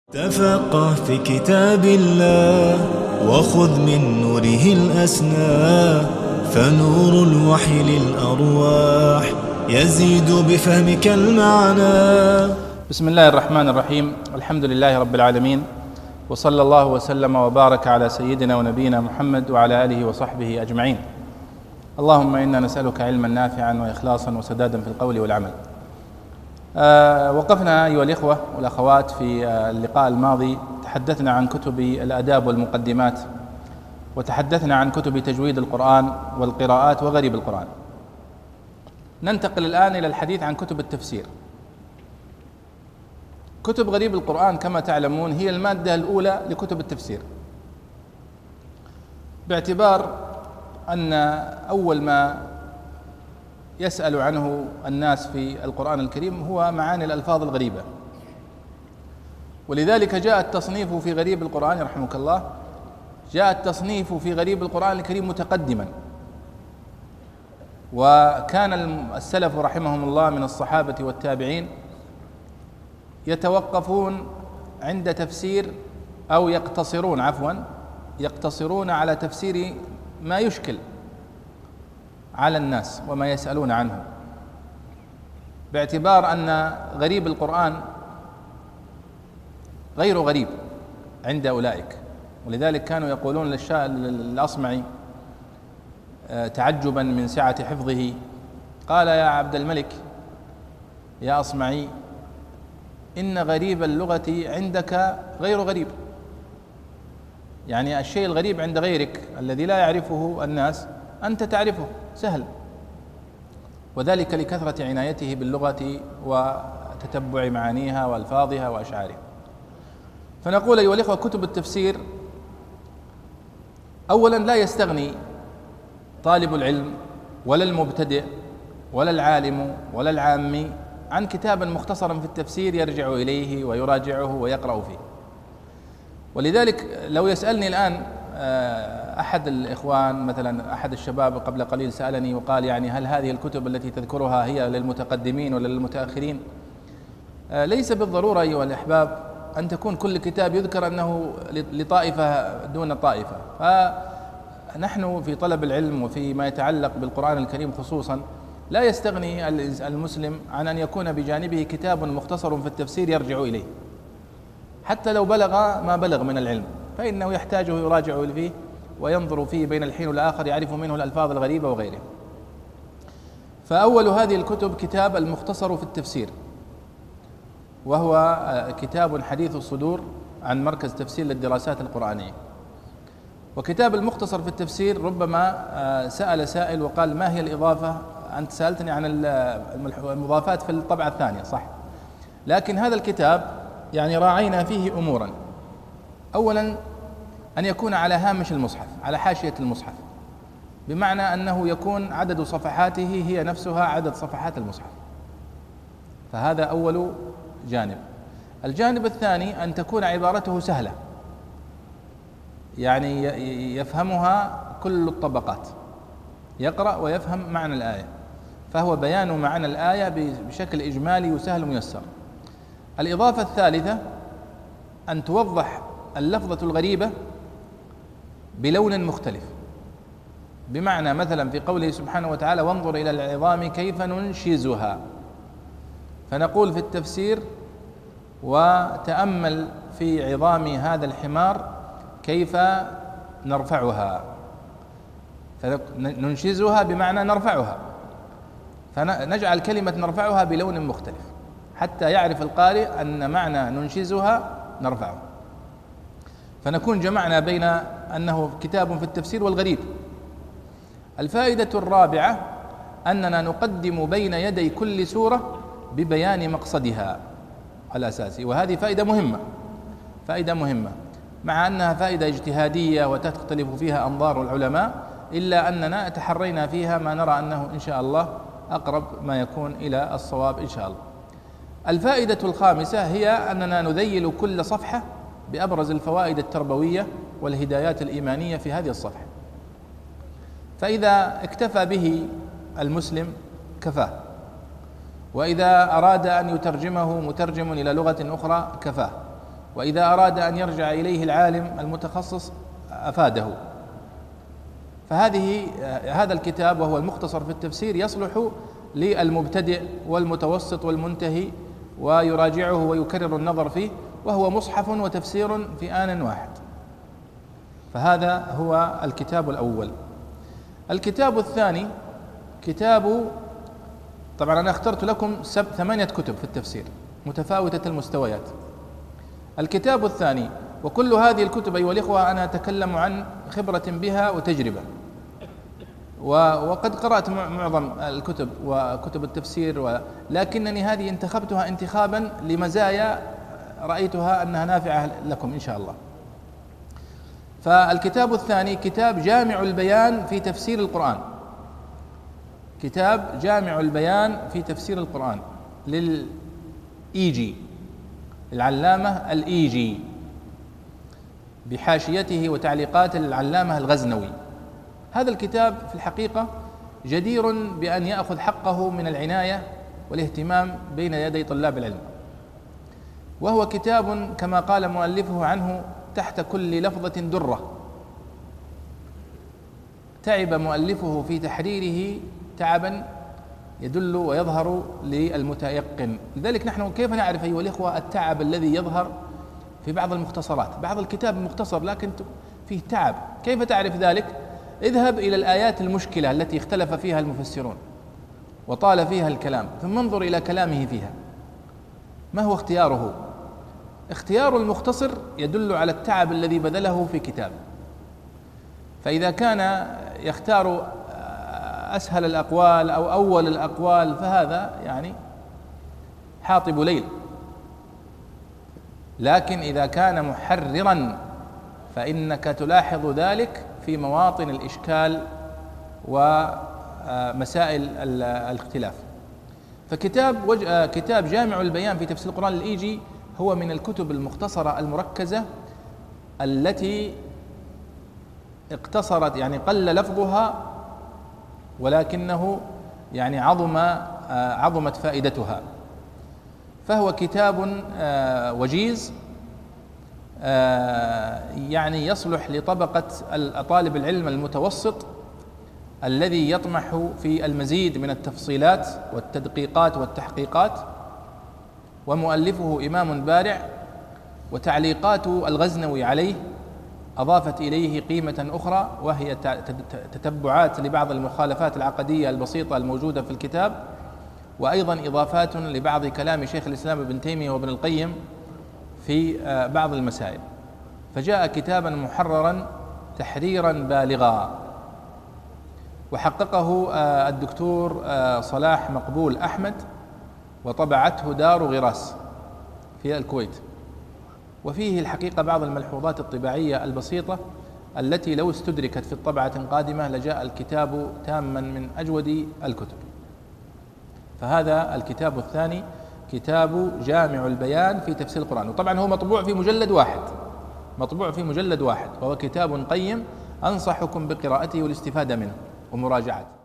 تفقه في كتاب الله وخذ من نوره الأسنى، فنور الوحي للأرواح يزيد بفهمك المعنى. بسم الله الرحمن الرحيم. الحمد لله رب العالمين، وصلى الله وسلم وبارك على سيدنا ونبينا محمد وعلى آله وصحبه أجمعين. اللهم إنا نسألك علما نافعا وإخلاصا وسدادا في القول والعمل. وقفنا أيها الإخوة والأخوات في اللقاء الماضي، تحدثنا عن كتب الآداب والمقدمات، وتحدثنا عن كتب تجويد القرآن والقراءات وغريب القرآن. ننتقل الآن إلى الحديث عن كتب التفسير. كتب غريب القرآن كما تعلمون هي المادة الأولى لكتب التفسير، باعتبار أن أول ما يسأل عنه الناس في القرآن الكريم هو معاني الألفاظ الغريبة، ولذلك جاء التصنيف في غريب القرآن رحمك الله، جاء التصنيف في غريب القرآن الكريم متقدما. وكان السلف رحمهم الله من الصحابة والتابعين يتوقفون عند تفسير أو يقتصرون على تفسير ما يشكل على الناس وما يسألون عنه، باعتبار أن غريب القرآن غير غريب عند أولئك. ولذلك كانوا يقولون للأصمعي تعجبا من سعة حفظه، قال يا عبد الملك يا أصمعي إن غريب اللغة عندك غير غريب، يعني الشيء الغريب عند غيرك الذي لا يعرفه الناس أنت تعرفه سهل، وذلك لكثرة عنايته باللغة وتتبع معانيها وألفاظها وأشعارها. فنقول أيها الإخوة، كتب التفسير أولا لا يستغني طالب العلم ولا المبتدئ ولا العالم ولا العامي عن كتابا مختصرا في التفسير يرجع إليه ويراجعه ويقرأ فيه. ولذلك لو يسألني الآن أحد الإخوان، مثلا أحد الشباب قبل قليل سألني وقال يعني هل هذه الكتب التي تذكرها هي للمتقدمين ولا للمتأخرين؟ ليس بالضرورة أيها الأحباب أن تكون كل كتاب يذكر أنه لطائفة دون طائفة. فنحن في طلب العلم وفي ما يتعلق بالقرآن الكريم خصوصا لا يستغني المسلم عن أن يكون بجانبه كتاب مختصر في التفسير يرجع إليه، حتى لو بلغ ما بلغ من العلم فإنه يحتاجه يراجع فيه وينظر فيه بين الحين والآخر، يعرف منه الألفاظ الغريبة وغيره. فأول هذه الكتب كتاب المختصر في التفسير، وهو كتاب حديث الصدور عن مركز تفسير للدراسات القرآنية. وكتاب المختصر في التفسير ربما سأل سائل وقال ما هي الإضافة؟ أنت سألتني عن المضافات في الطبعة الثانية، صح؟ لكن هذا الكتاب يعني راعينا فيه أمورا. أولا أن يكون على هامش المصحف، على حاشية المصحف، بمعنى أنه يكون عدد صفحاته هي نفسها عدد صفحات المصحف. فهذا أول جانب. الجانب الثاني أن تكون عبارته سهلة، يعني يفهمها كل الطبقات، يقرأ ويفهم معنى الآية، فهو بيان معنى الآية بشكل إجمالي وسهل وميسر. الإضافة الثالثة أن توضح اللفظة الغريبة بلون مختلف، بمعنى مثلا في قوله سبحانه وتعالى وانظر إلى العظام كيف ننشزها، فنقول في التفسير وتأمل في عظام هذا الحمار كيف نرفعها، فننشزها بمعنى نرفعها، فنجعل كلمة نرفعها بلون مختلف حتى يعرف القارئ أن معنى ننشزها نرفعه. فنكون جمعنا بين أنه كتاب في التفسير والغريب. الفائدة الرابعة أننا نقدم بين يدي كل سورة ببيان مقصدها الأساسي، وهذه فائدة مهمة مع أنها فائدة اجتهادية وتختلف فيها أنظار العلماء، إلا أننا تحرينا فيها ما نرى أنه إن شاء الله أقرب ما يكون إلى الصواب إن شاء الله. الفائدة الخامسة هي أننا نذيل كل صفحة بأبرز الفوائد التربوية والهدايات الإيمانية في هذه الصفحة، فإذا اكتفى به المسلم كفاه، وإذا أراد أن يترجمه مترجم إلى لغة أخرى كفاه، وإذا أراد أن يرجع إليه العالم المتخصص أفاده. هذا الكتاب وهو المختصر في التفسير يصلح للمبتدئ والمتوسط والمنتهي، ويراجعه ويكرر النظر فيه، وهو مصحف وتفسير في آن واحد. فهذا هو الكتاب الأول. الكتاب الثاني طبعا أنا اخترت لكم 8 كتب في التفسير متفاوتة المستويات. الكتاب الثاني، وكل هذه الكتب أيها الإخوة أنا أتكلم عن خبرة بها وتجربة، وقد قرأت معظم الكتب وكتب التفسير، لكنني هذه انتخبتها انتخابا لمزايا رأيتها أنها نافعة لكم إن شاء الله. فالكتاب الثاني كتاب جامع البيان في تفسير القرآن، كتاب جامع البيان في تفسير القرآن للإيجي، العلامة الإيجي، بحاشيته وتعليقات العلامة الغزنوي. هذا الكتاب في الحقيقة جدير بأن يأخذ حقه من العناية والاهتمام بين يدي طلاب العلم، وهو كتاب كما قال مؤلفه عنه: تحت كل لفظة درة. تعب مؤلفه في تحريره تعبا يدل ويظهر للمتيقن. لذلك نحن كيف نعرف أيها الإخوة التعب الذي يظهر في بعض المختصرات؟ بعض الكتاب مختصر لكن فيه تعب، كيف تعرف ذلك؟ اذهب إلى الآيات المشكلة التي اختلف فيها المفسرون وطال فيها الكلام، ثم انظر إلى كلامه فيها. ما هو اختياره؟ اختيار المختصر يدل على التعب الذي بذله في كتاب. فإذا كان يختار أسهل الأقوال أو أول الأقوال فهذا يعني حاطب ليل، لكن إذا كان محررا فإنك تلاحظ ذلك في مواطن الإشكال ومسائل الاختلاف. كتاب جامع البيان في تفسير القرآن للإيجي هو من الكتب المختصرة المركزة التي اقتصرت، يعني قل لفظها ولكنه يعني عظمت فائدتها. فهو كتاب وجيز، يعني يصلح لطبقة طالب العلم المتوسط الذي يطمح في المزيد من التفصيلات والتدقيقات والتحقيقات. ومؤلفه إمام بارع، وتعليقات الغزنوي عليه أضافت إليه قيمة أخرى، وهي تتبعات لبعض المخالفات العقدية البسيطة الموجودة في الكتاب، وأيضا إضافات لبعض كلام شيخ الإسلام ابن تيمية وابن القيم في بعض المسائل. فجاء كتابا محررا تحريرا بالغا، وحققه الدكتور صلاح مقبول أحمد، وطبعته دار غراس في الكويت. وفيه الحقيقة بعض الملحوظات الطباعية البسيطة التي لو استدركت في الطبعة قادمة لجاء الكتاب تاما من أجود الكتب. فهذا الكتاب الثاني كتاب جامع البيان في تفسير القرآن، وطبعا هو مطبوع في مجلد واحد، وهو كتاب قيم أنصحكم بقراءته والاستفادة منه ومراجعته.